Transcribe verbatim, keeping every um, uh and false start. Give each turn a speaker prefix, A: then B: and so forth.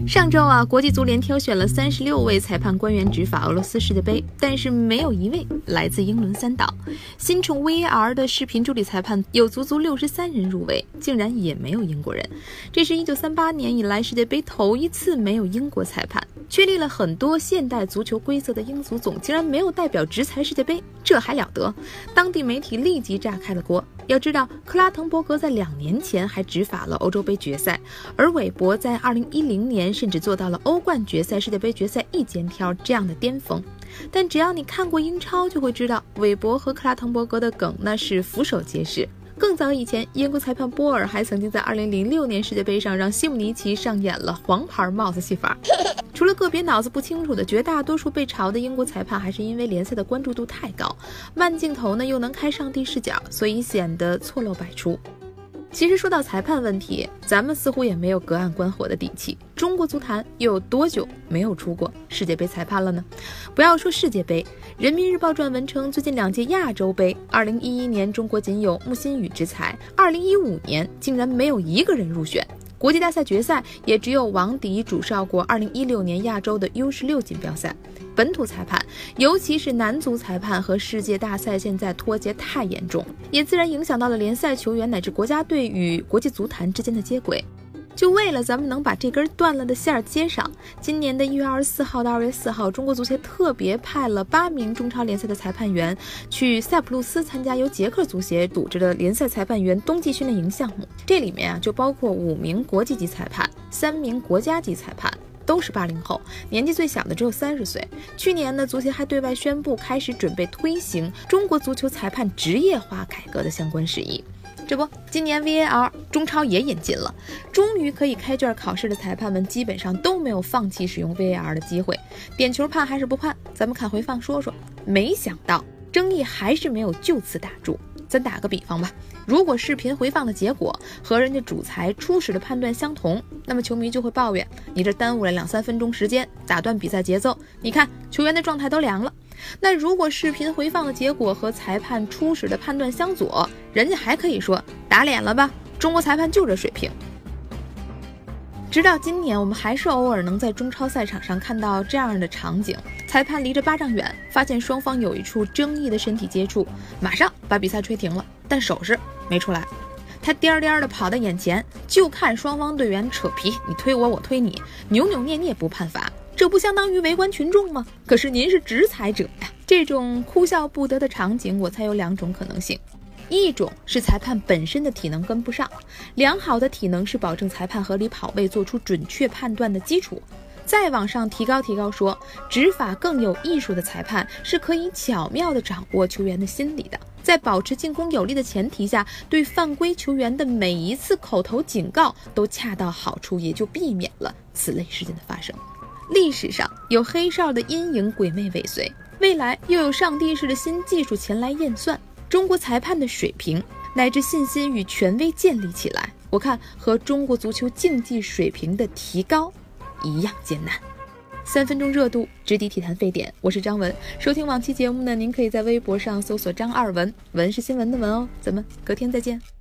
A: 上周啊，国际足联挑选了三十六位裁判官员执法俄罗斯世界杯，但是没有一位来自英伦三岛。新宠 V A R 的视频助理裁判有足足六十三人入围，竟然也没有英国人。这是一九三八年以来世界杯头一次没有英国裁判。确立了很多现代足球规则的英足总竟然没有代表执裁世界杯，这还了得？当地媒体立即炸开了锅。要知道，克拉滕伯格在两年前还执法了欧洲杯决赛，而韦伯在二零一零年甚至做到了欧冠决赛、世界杯决赛一肩挑这样的巅峰。但只要你看过英超，就会知道韦伯和克拉滕伯格的梗那是俯首皆是。更早以前，英国裁判波尔还曾经在二零零六年世界杯上让西姆尼奇上演了黄牌帽子戏法。除了个别脑子不清楚的，绝大多数被嘲的英国裁判还是因为联赛的关注度太高，慢镜头呢又能开上帝视角，所以显得错漏百出。其实说到裁判问题，咱们似乎也没有隔岸观火的底气。中国足坛又有多久没有出过世界杯裁判了呢？不要说世界杯，人民日报撰文称，最近两届亚洲杯，二零一一年中国仅有穆新宇执裁，二零一五年竟然没有一个人入选。国际大赛决赛也只有王迪主哨过二零一六年亚洲的 U 十六 锦标赛。本土裁判，尤其是男足裁判和世界大赛现在脱节太严重，也自然影响到了联赛球员乃至国家队与国际足坛之间的接轨。就为了咱们能把这根断了的线儿接上，今年的一月二十四号到二月四号，中国足协特别派了八名中超联赛的裁判员去塞浦路斯参加由捷克足协组织的联赛裁判员冬季训练营项目。这里面啊，就包括五名国际级裁判，三名国家级裁判。都是八零后，年纪最小的只有三十岁。去年呢，足协还对外宣布开始准备推行中国足球裁判职业化改革的相关事宜。这不，今年 V A R 中超也引进了，终于可以开卷考试的裁判们基本上都没有放弃使用 V A R 的机会。点球判还是不判？咱们看回放说说。没想到争议还是没有就此打住。咱打个比方吧，如果视频回放的结果和人家主裁初始的判断相同，那么球迷就会抱怨你这耽误了两三分钟时间，打断比赛节奏，你看球员的状态都凉了。那如果视频回放的结果和裁判初始的判断相左，人家还可以说打脸了吧，中国裁判就这水平。直到今年，我们还是偶尔能在中超赛场上看到这样的场景：裁判离着巴掌远，发现双方有一处争议的身体接触，马上把比赛吹停了，但手势没出来。他颠颠的跑到眼前，就看双方队员扯皮，你推我，我推你，扭扭捏捏不判罚，这不相当于围观群众吗？可是您是执裁者呀！这种哭笑不得的场景，我猜有两种可能性。一种是裁判本身的体能跟不上，良好的体能是保证裁判合理跑位做出准确判断的基础。再往上提高提高说，执法更有艺术的裁判是可以巧妙地掌握球员的心理的，在保持进攻有利的前提下，对犯规球员的每一次口头警告都恰到好处，也就避免了此类事件的发生。历史上有黑哨的阴影鬼魅尾随，未来又有上帝式的新技术前来验算，中国裁判的水平乃至信心与权威建立起来，我看和中国足球竞技水平的提高一样艰难。三分钟热度，直抵体坛沸点，我是张文。收听往期节目呢，您可以在微博上搜索张二文，文是新闻的文哦。咱们隔天再见。